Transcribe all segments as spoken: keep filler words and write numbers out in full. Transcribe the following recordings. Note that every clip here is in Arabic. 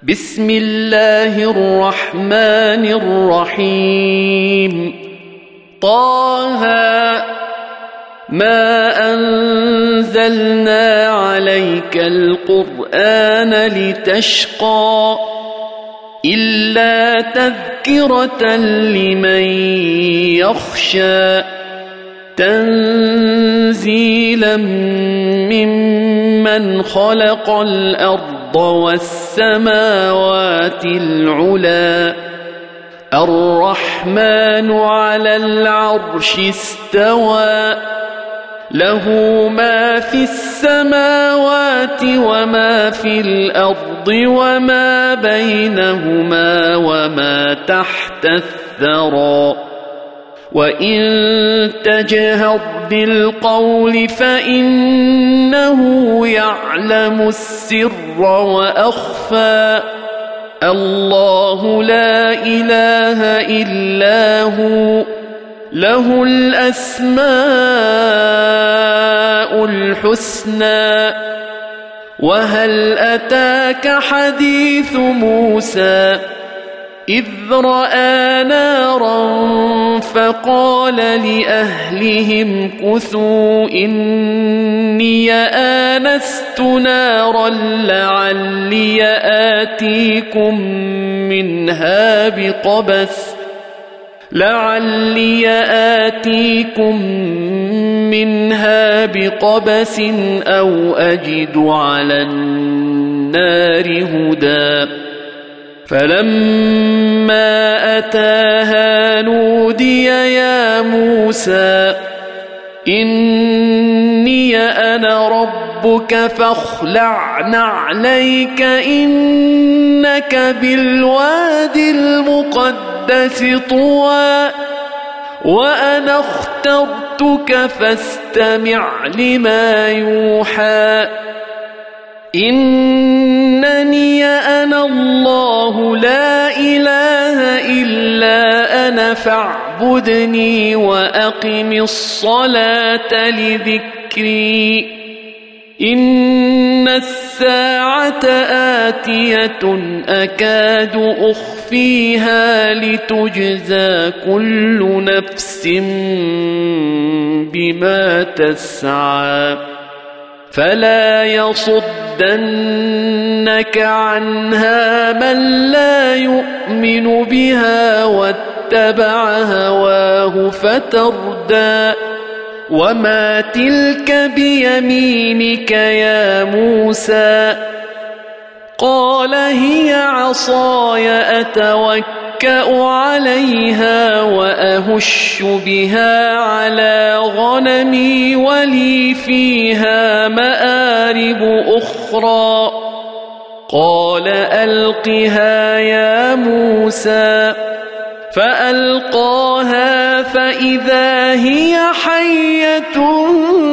بسم الله الرحمن الرحيم. طه ما أنزلنا عليك القرآن لتشقى إلا تذكرة لمن يخشى تنزيلا ممن خلق الأرض والسماوات العلى الرحمن على العرش استوى له ما في السماوات وما في الأرض وما بينهما وما تحت الثرى وإن تجهر بالقول فإنه يعلم السر وأخفى الله لا إله إلا هو له الأسماء الحسنى. وهل أتاك حديث موسى إذ رأى نارا فقال لأهلهم كثوا إني آنست نارا لعلي آتيكم منها بقبس لعلي آتيكم منها بقبس أو أجد على النار هدى. فلما أتاها نودي يا موسى إني أنا ربك فاخلع نعليك إنك بالوادي المقدس طوى وأنا اخترتك فاستمع لما يوحى إنني أنا الله لا إله إلا أنا فاعبدني وأقم الصلاة لذكري إن الساعة آتية أكاد أخفيها لتجزى كل نفس بما تسعى فلا يصدنك عنها من لا يؤمن بها واتبع هواه فتردى. وما تلك بيمينك يا موسى قال هي عصاي أتوكأ عليها وأهش بها على غنمي ولي فيها مآرب أخرى قال ألقها يا موسى فألقاها فإذا هي حية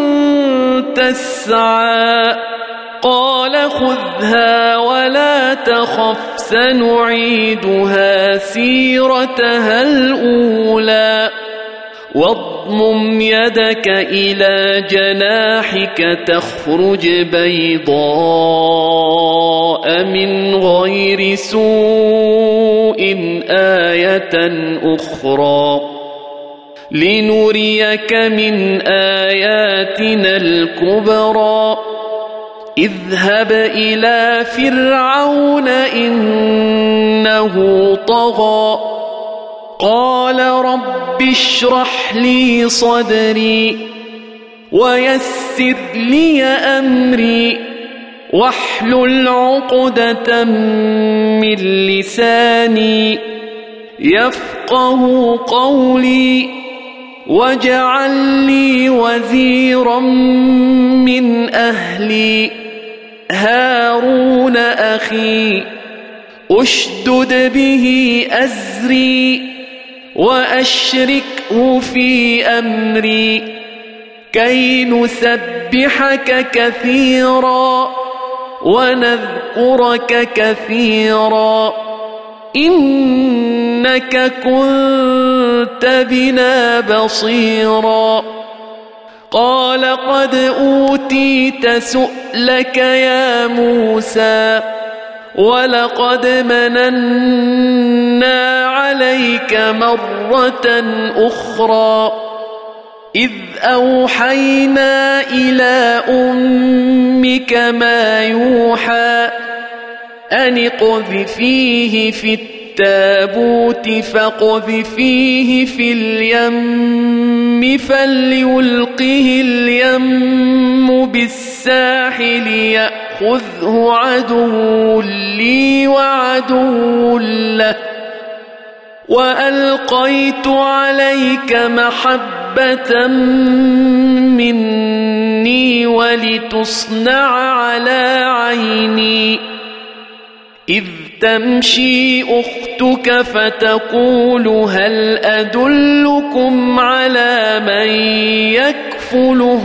تسعى قال خذها ولا تخف سنعيدها سيرتها الأولى واضمم يدك إلى جناحك تخرج بيضاء من غير سوء آية أخرى لنريك من آياتنا الكبرى اذهب إلى فرعون إنه طغى قال رب اشرح لي صدري ويسر لي أمري واحلل عقدة من لساني يفقه قولي واجعل لي وزيرا من أهلي هارون أخي أشدد به أزري وأشركه في أمري كي نسبحك كثيرا ونذكرك كثيرا إنك كنت بنا بصيرا قال قد أوتيت سؤلك يا موسى ولقد مننا عليك مرة أخرى إذ أوحينا إلى أمك ما يوحى أن اقذفيه في التابوت فاقذفيه في اليم فليلقه اليم بالساحل يأخذه عدو لي وعدو له وألقيت عليك محبة مني ولتصنع على عيني إذ تمشي أختك فتقول هل أدلكم على من يكفله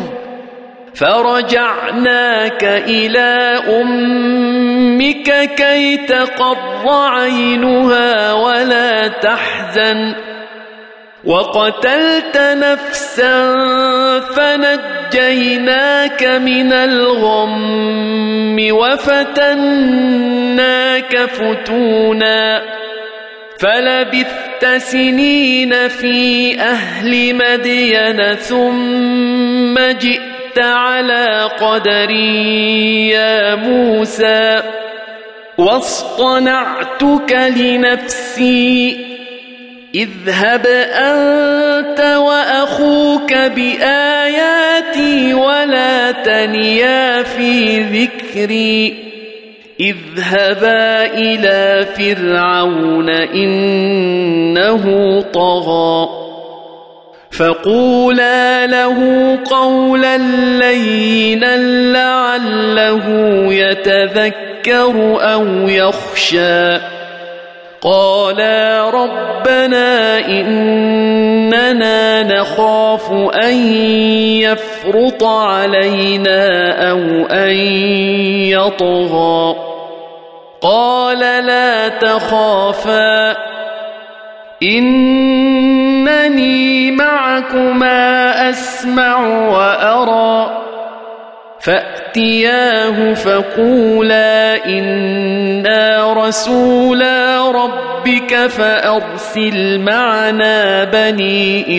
فرجعناك إلى أمك كي تقر عينها ولا تحزن وقتلت نفسا فنجيناك من الغم وفتناك فتونا فلبثت سنين في أهل مدين ثم جئت على قدري يا موسى واصطنعتك لنفسي اذهب أنت وأخوك بآياتي ولا تنيا في ذكري اذهبا إلى فرعون إنه طغى فقولا له قولا لينا لعله يتذكر أو يخشى قالا ربنا إننا نخاف أن يفرط علينا أو أن يطغى قال لا تخافا إنني معكما أسمع وأرى فأتياه فقولا إنا رسولا ربك فأرسل معنا بني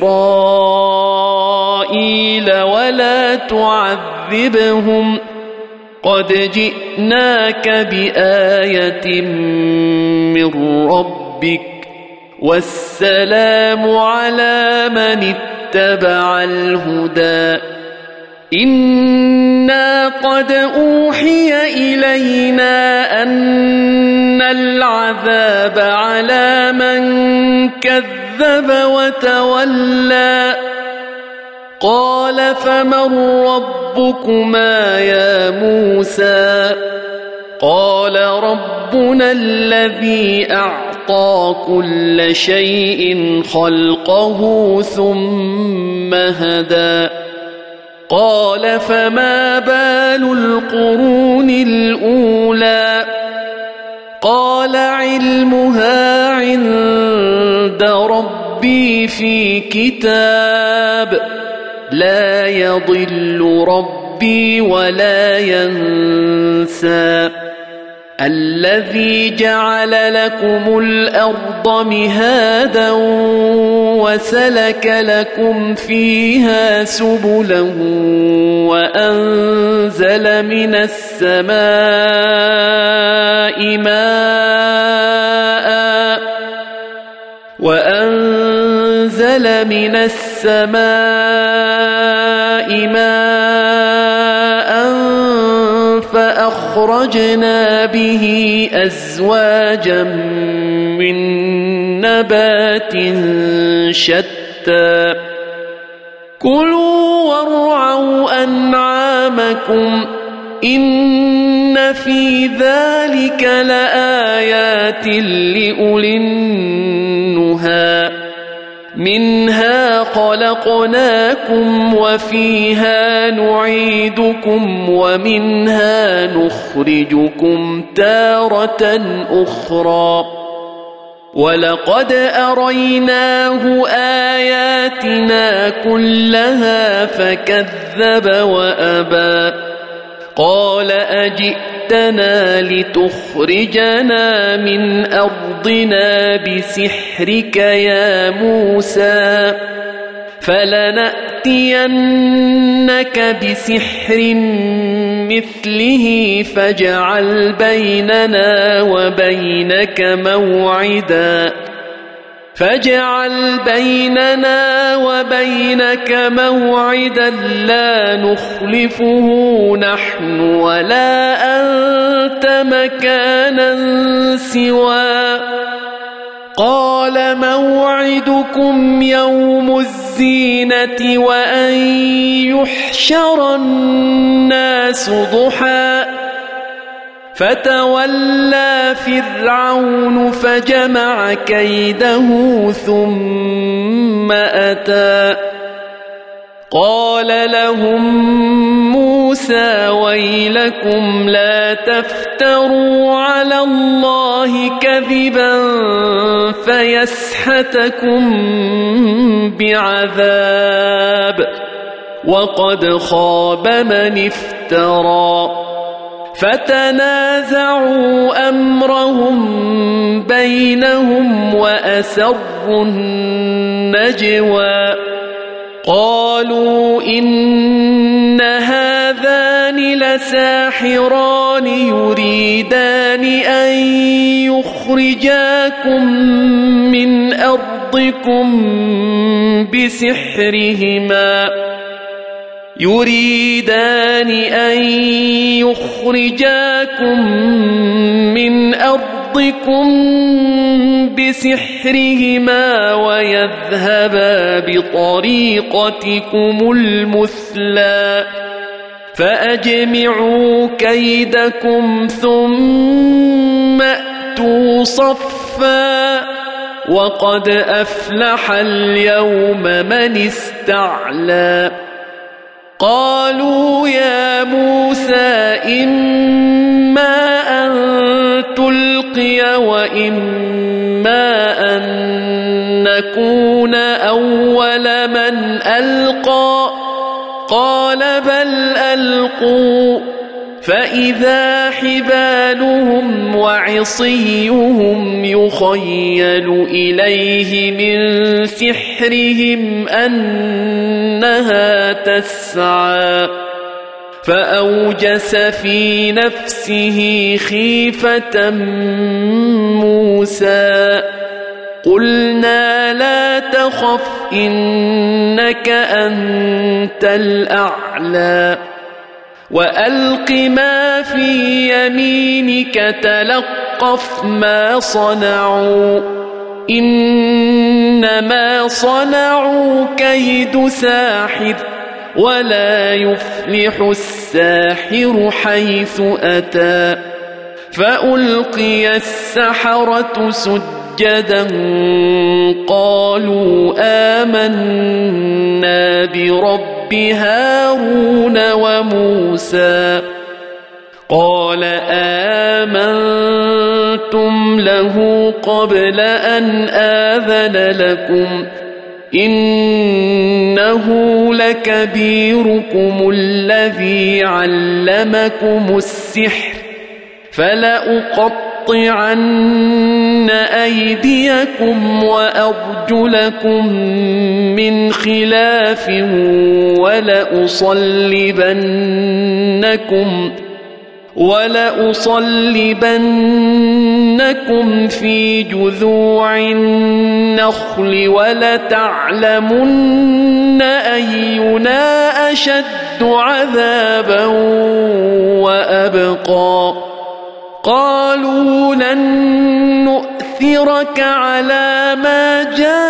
إسرائيل ولا تعذبهم قد جئناك بآية من ربك والسلام على من اتبع الهدى إنا قد أوحي إلينا أن العذاب على من كذب وتولى قال فمن ربكما يا موسى قال ربنا الذي أعطى كل شيء خلقه ثم هدى قال فما بال القرون الأولى قال علمها عند ربي في كتاب لا يضل ربي ولا ينسى الذي جعل لكم الأرض مهادا وسلك لكم فيها سبلا وأنزل من السماء ماء وأنزل من السماء ماء فأخرجنا به أزواجا من نبات شتى كلوا وارعوا أنعامكم إن في ذلك لآيات لأولي النهى منها خلقناكم وفيها نعيدكم ومنها نخرجكم تارة أخرى ولقد أريناه آياتنا كلها فكذب وأبى قال أجئتني جئتنا لتخرجنا من أرضنا بسحرك يا موسى فلنأتينك بسحر مثله فاجعل بيننا وبينك موعدا فاجعل بيننا وبينك موعدا لا نخلفه نحن ولا أنت مكانا سوى قال موعدكم يوم الزينة وأن يحشر الناس ضحى فتولى فرعون فجمع كيده ثم أتى قال لهم موسى ويلكم لا تفتروا على الله كذبا فيسحتكم بعذاب وقد خاب من افترى فتنازعوا أمرهم بينهم وأسروا النجوى قالوا إن هذان لساحران يريدان أن يخرجاكم من أرضكم بسحرهما يريدان أن يخرجاكم من أرضكم بسحرهما ويذهبا بطريقتكم المثلى فأجمعوا كيدكم ثم أتوا صفا وقد أفلح اليوم من استعلى قالوا يا موسى إما أن تلقي وإما أن نكون أول من ألقى قال بل ألقوا فإذا حبالهم وعصيهم يخيل إليه من سحرهم أنها تسعى فأوجس في نفسه خيفة موسى قلنا لا تخف إنك أنت الأعلى وألق ما في يمينك تلقف ما صنعوا إنما صنعوا كيد ساحر ولا يفلح الساحر حيث أتى فألقي السحرة سجدا قالوا آمنا برب هارون وموسى قال آمنتم له قبل أن آذن لكم إنه لكبيركم الذي علمكم السحر فلأقطعن أيديكم وأرجلكم من خلاف ولأصلبنكم ولأصلبنكم في جذوع النخل ولتعلمن أينا أشد عذابا وأبقى قالوا لن نؤثرك على ما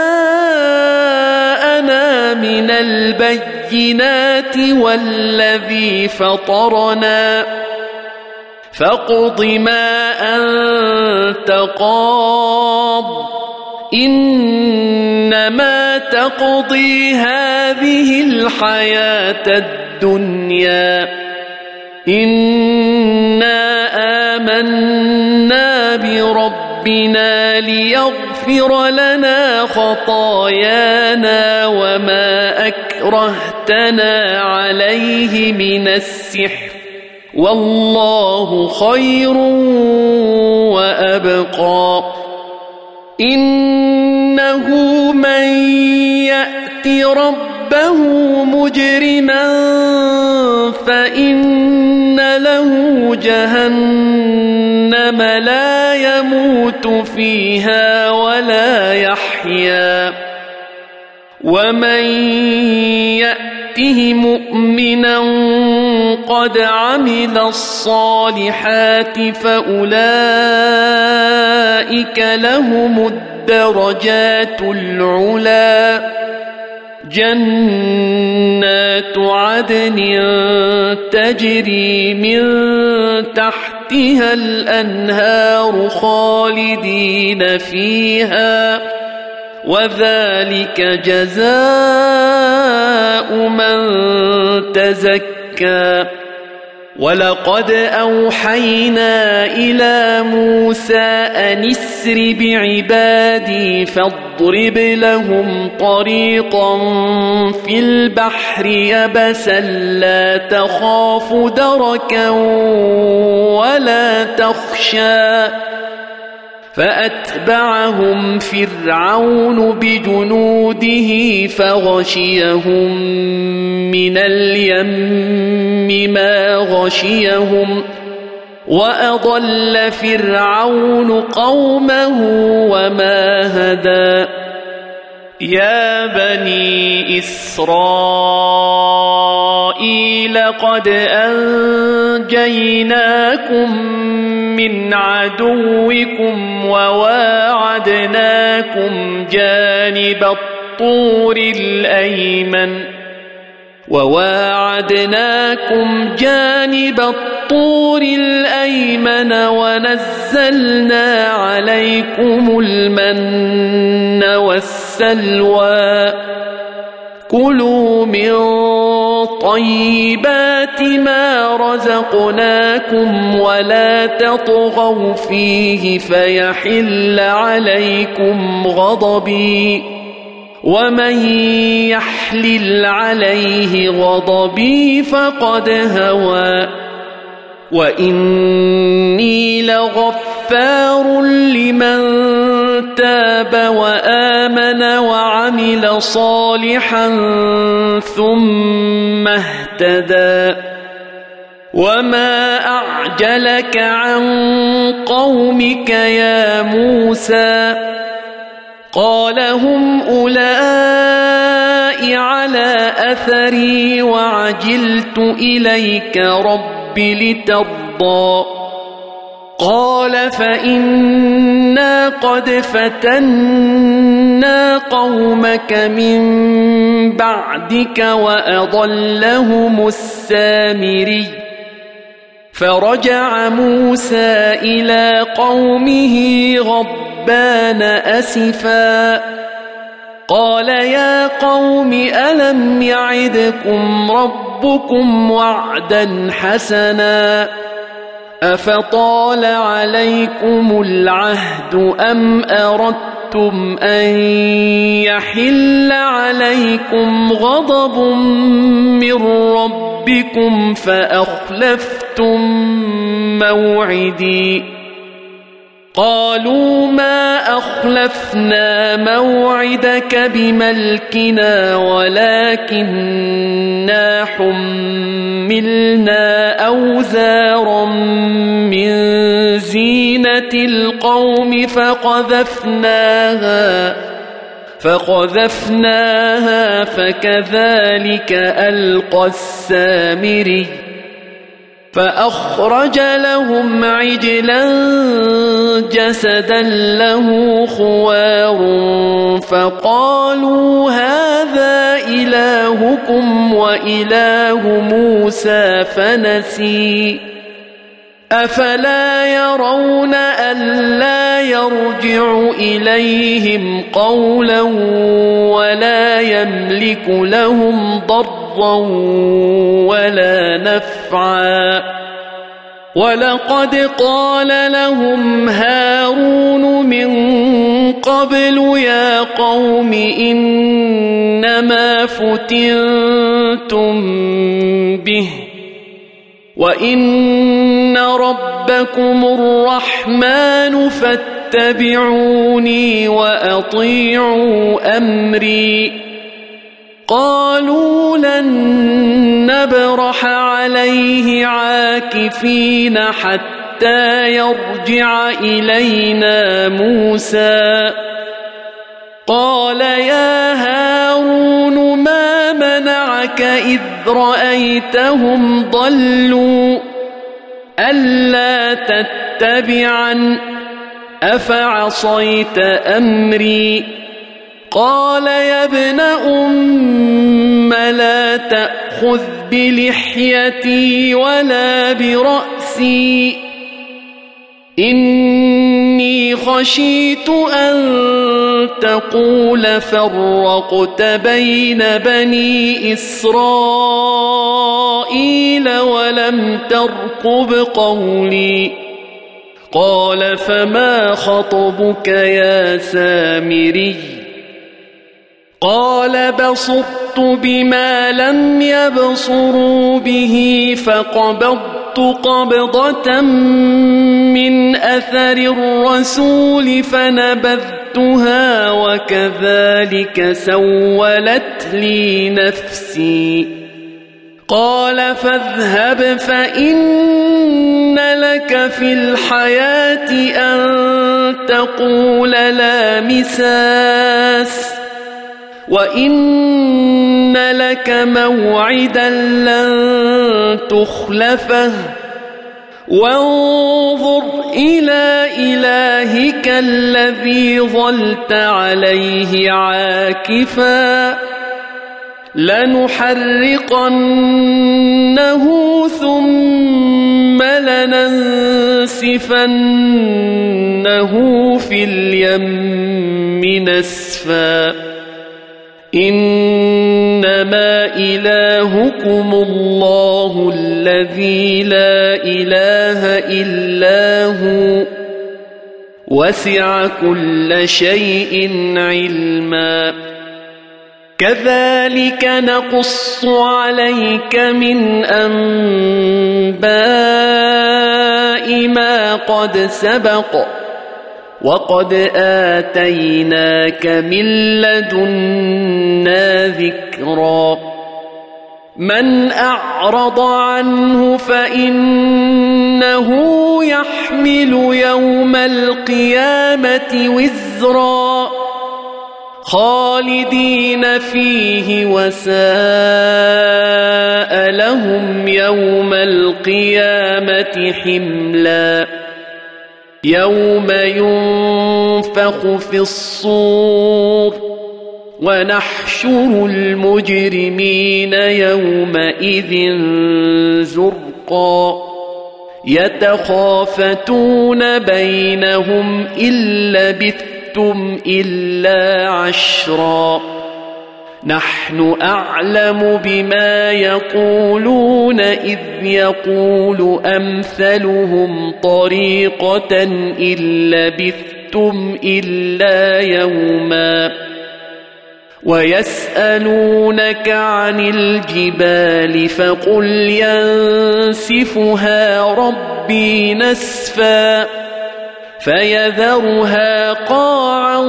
جاءنا من البينات والذي فطرنا فاقض ما أنت قاض إنما تقضي هذه الحياة الدنيا إنا آمنا بربنا ليغفر لنا خطايانا وما أكرهتنا عليه من السحر والله خير وأبقى إنه من يأت ربه مجرما فإن له جهنم لا يموت فيها ولا يحيا ومن يأته مؤمنا قد عمل الصالحات فأولئك لهم الدرجات العلى جنات عدن تجري من تحتها الأنهار خالدين فيها وذلك جزاء من تزكى ولقد أوحينا إلى موسى أن اسر بعبادي فاضرب لهم طريقا في البحر يبسا لا تخاف دركا ولا تخشى فأتبعهم فرعون بجنوده فغشيهم من اليم ما غشيهم وأضل فرعون قومه وما هدى يا بني إسرائيل قد أنجيناكم من عدوكم وواعدناكم جانب الطور الأيمن وواعدناكم جانب الطور الأيمن ونزلنا عليكم المن والسلوى كلوا من طيبات ما رزقناكم ولا تطغوا فيه فيحل عليكم غضبي ومن يحلل عليه غضبي فقد هوى وإني لغفار لمن تاب وآمن وعمل صالحا ثم اهتدى وما أعجلك عن قومك يا موسى قال هم أولئك على أثري وعجلت إليك رب لترضى قال فإنا قد فتنا قومك من بعدك وأضلهم السامري فرجع موسى إلى قومه غضبان أسفا قال يا قوم ألم يعدكم ربكم وعدا حسنا أفطال عليكم العهد أم أردتم أن يحل عليكم غضب من ربكم فأخلفتم موعدي قالوا ما أخلفنا موعدك بملكنا ولكننا حملنا أوزارا من زينة القوم فقذفناها فقذفناها فكذلك ألقى السامري فأخرج لهم عجلا جسدا له خوار فقالوا هذا إلهكم وإله موسى فنسي أفلا يرون ألا يرجع إليهم قولا ولا يملك لهم ضرا ولا نفعا ولقد قال لهم هارون من قبل يا قوم إنما فتنتم به وإن ربكم الرحمن فاتبعوني وأطيعوا أمري قالوا لن نبرح عليه عاكفين حتى يرجع إلينا موسى قال يا هارون ما منعك إذ رأيتهم ضلوا ألا تتبعن أفعصيت أمري قال يا ابن أم لا تأخذ بلحيتي ولا برأسي إني خشيت أن تقول فرقت بين بني إسرائيل ولم ترقب قولي قال فما خطبك يا سامري قال بصرت بما لم يبصروا به فقبضت قبضة من أثر الرسول فنبذتها وكذلك سولت لي نفسي قال فاذهب فإن لك في الحياة أن تقول لا مساس وإن لك موعدا لن تخلفه وانظر إلى إلهك الذي ظلت عليه عاكفا لنحرقنه ثم لننسفنه في اليم نسفا إنما إلهكم الله الذي لا إله إلا هو وسع كل شيء علما كذلك نقص عليك من أنباء ما قد سبق وقد آتيناك من لدنا ذكرا من أعرض عنه فإنه يحمل يوم القيامة وزرا خالدين فيه وساء لهم يوم القيامة حملا يوم ينفخ في الصور ونحشر المجرمين يومئذ زرقا يتخافتون بينهم إن لبثتم إلا عشرا نحن أعلم بما يقولون إذ يقول أمثلهم طريقة إن لبثتم إلا يوما ويسألونك عن الجبال فقل ينسفها ربي نسفا فيذرها قاعا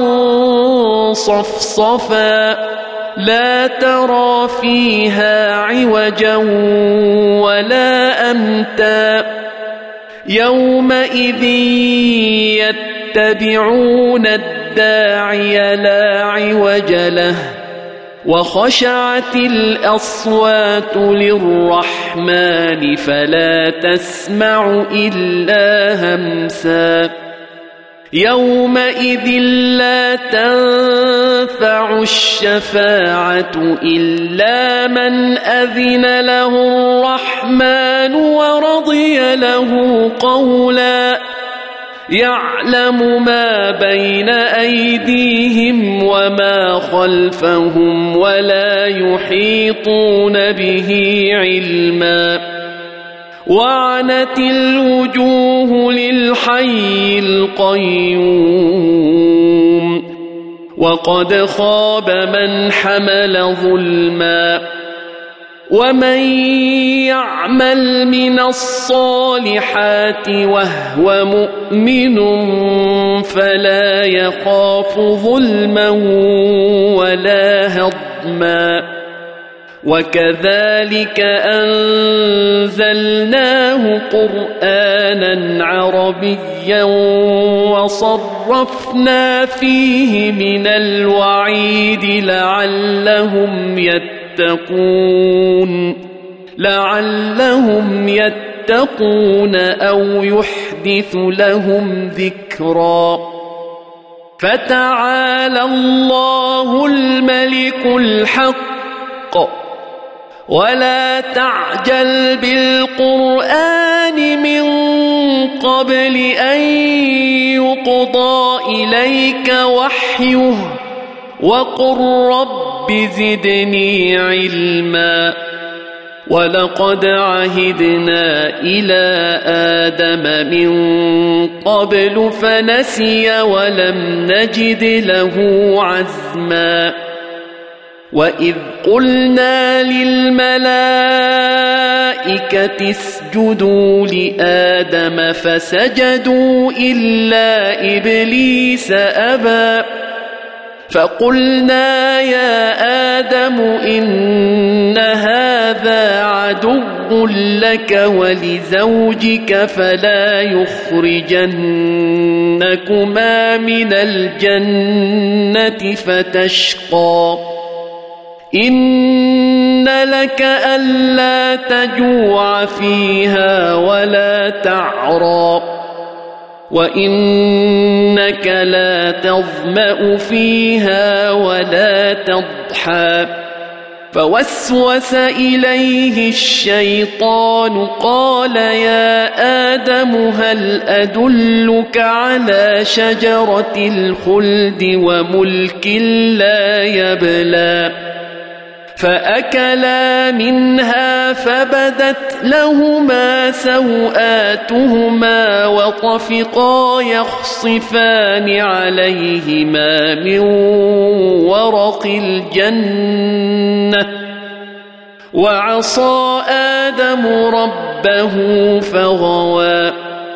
صفصفا لا ترى فيها عوجا ولا أمتا يومئذ يتبعون الداعي لا عوج له وخشعت الأصوات للرحمن فلا تسمع إلا همسا يومئذ لا تنفع الشفاعة إلا من أذن له الرحمن ورضي له قولا يعلم ما بين أيديهم وما خلفهم ولا يحيطون به علما وعنت الوجوه للحي القيوم وقد خاب من حمل ظلما ومن يعمل من الصالحات وهو مؤمن فلا يخاف ظلما ولا هضما وكذلك أنزلناه قرآنا عربيا وصرفنا فيه من الوعيد لعلهم يتقون لعلهم يتقون أو يحدث لهم ذكرا فتعالى الله الملك الحق ولا تعجل بالقرآن من قبل أن يقضى إليك وحيه وقل رب زدني علما ولقد عهدنا إلى آدم من قبل فنسي ولم نجد له عزما وإذ قلنا للملائكة اسجدوا لآدم فسجدوا إلا إبليس أبى فقلنا يا آدم إن هذا عدو لك ولزوجك فلا يخرجنكما من الجنة فتشقى إن لك ألا تجوع فيها ولا تعرى وإنك لا تظمأ فيها ولا تضحى فوسوس إليه الشيطان قال يا آدم هل أدلك على شجرة الخلد وملك لا يبلى فأكلا منها فبدت لهما سوآتهما وطفقا يخصفان عليهما من ورق الجنة وعصى آدم ربه فغوى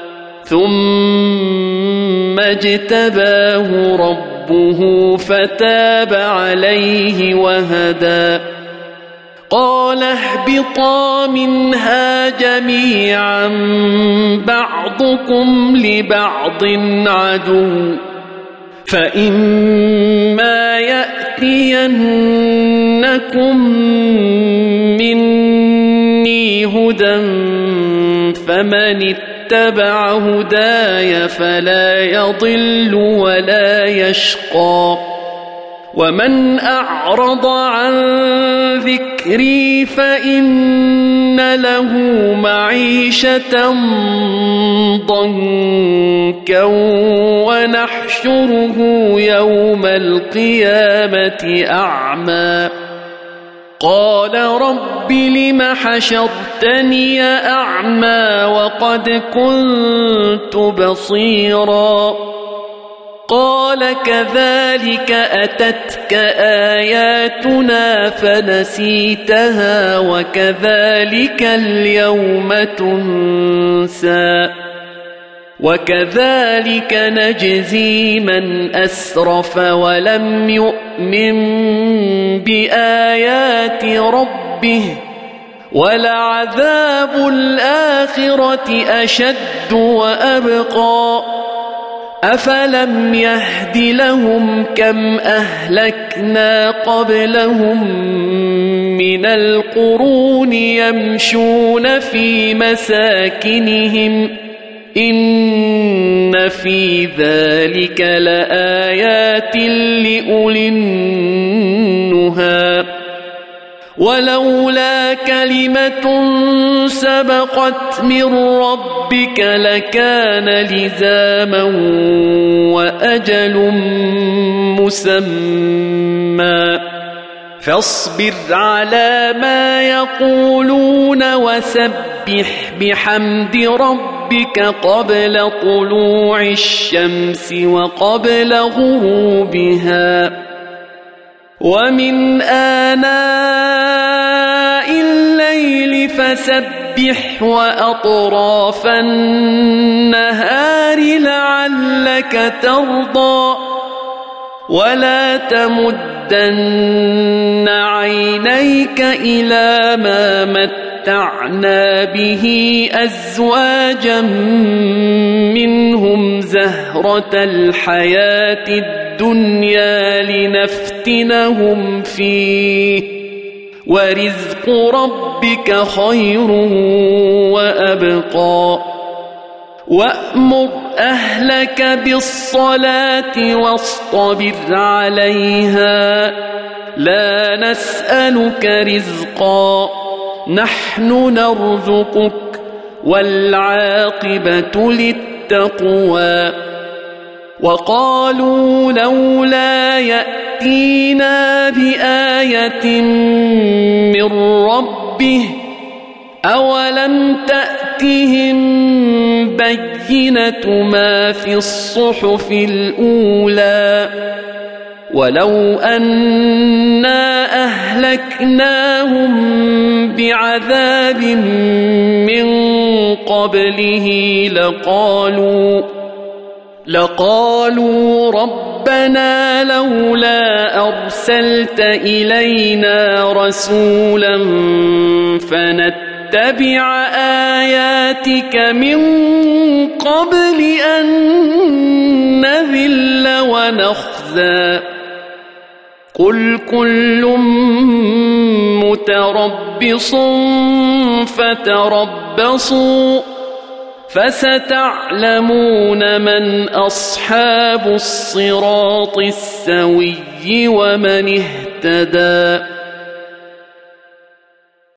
ثم اجتباه ربه فتاب عليه وهدى قال اهبطا منها جميعا بعضكم لبعض عدو فإما يأتينكم مني هدى فمن اتبع هداي فلا يضل ولا يشقى ومن أعرض عن ذكري فإن له معيشة ضنكا ونحشره يوم القيامة أعمى قال رب لم حشرتني أعمى وقد كنت بصيرا قال كذلك أتتك آياتنا فنسيتها وكذلك اليوم تنسى وكذلك نجزي من أسرف ولم يؤمن بآيات ربه ولعذاب الآخرة أشد وأبقى أفلم يهد لهم كم أهلكنا قبلهم من القرون يمشون في مساكنهم إن في ذلك لآيات لأولي النهى ولولا كلمة سبقت من ربك لكان لزاما وأجل مسمى فاصبر على ما يقولون وسبح بحمد ربك قبل طلوع الشمس وقبل غروبها ومن آناء فسبح وأطراف النهار لعلك ترضى ولا تمدن عينيك إلى ما متعنا به أزواجا منهم زهرة الحياة الدنيا لنفتنهم فيه ورزق ربك خير وأبقى وأمر أهلك بالصلاة واصطبر عليها لا نسألك رزقا نحن نرزقك والعاقبة للتقوى وقالوا لولا يأتينا بآية من ربه أولم تأتهم بينة ما في الصحف الأولى ولو أنا أهلكناهم بعذاب من قبله لقالوا لقالوا ربنا لولا أرسلت إلينا رسولا فنتبع آياتك من قبل أن نذل ونخزى قل كل متربص فتربصوا فستعلمون من أصحاب الصراط السوي ومن اهتدى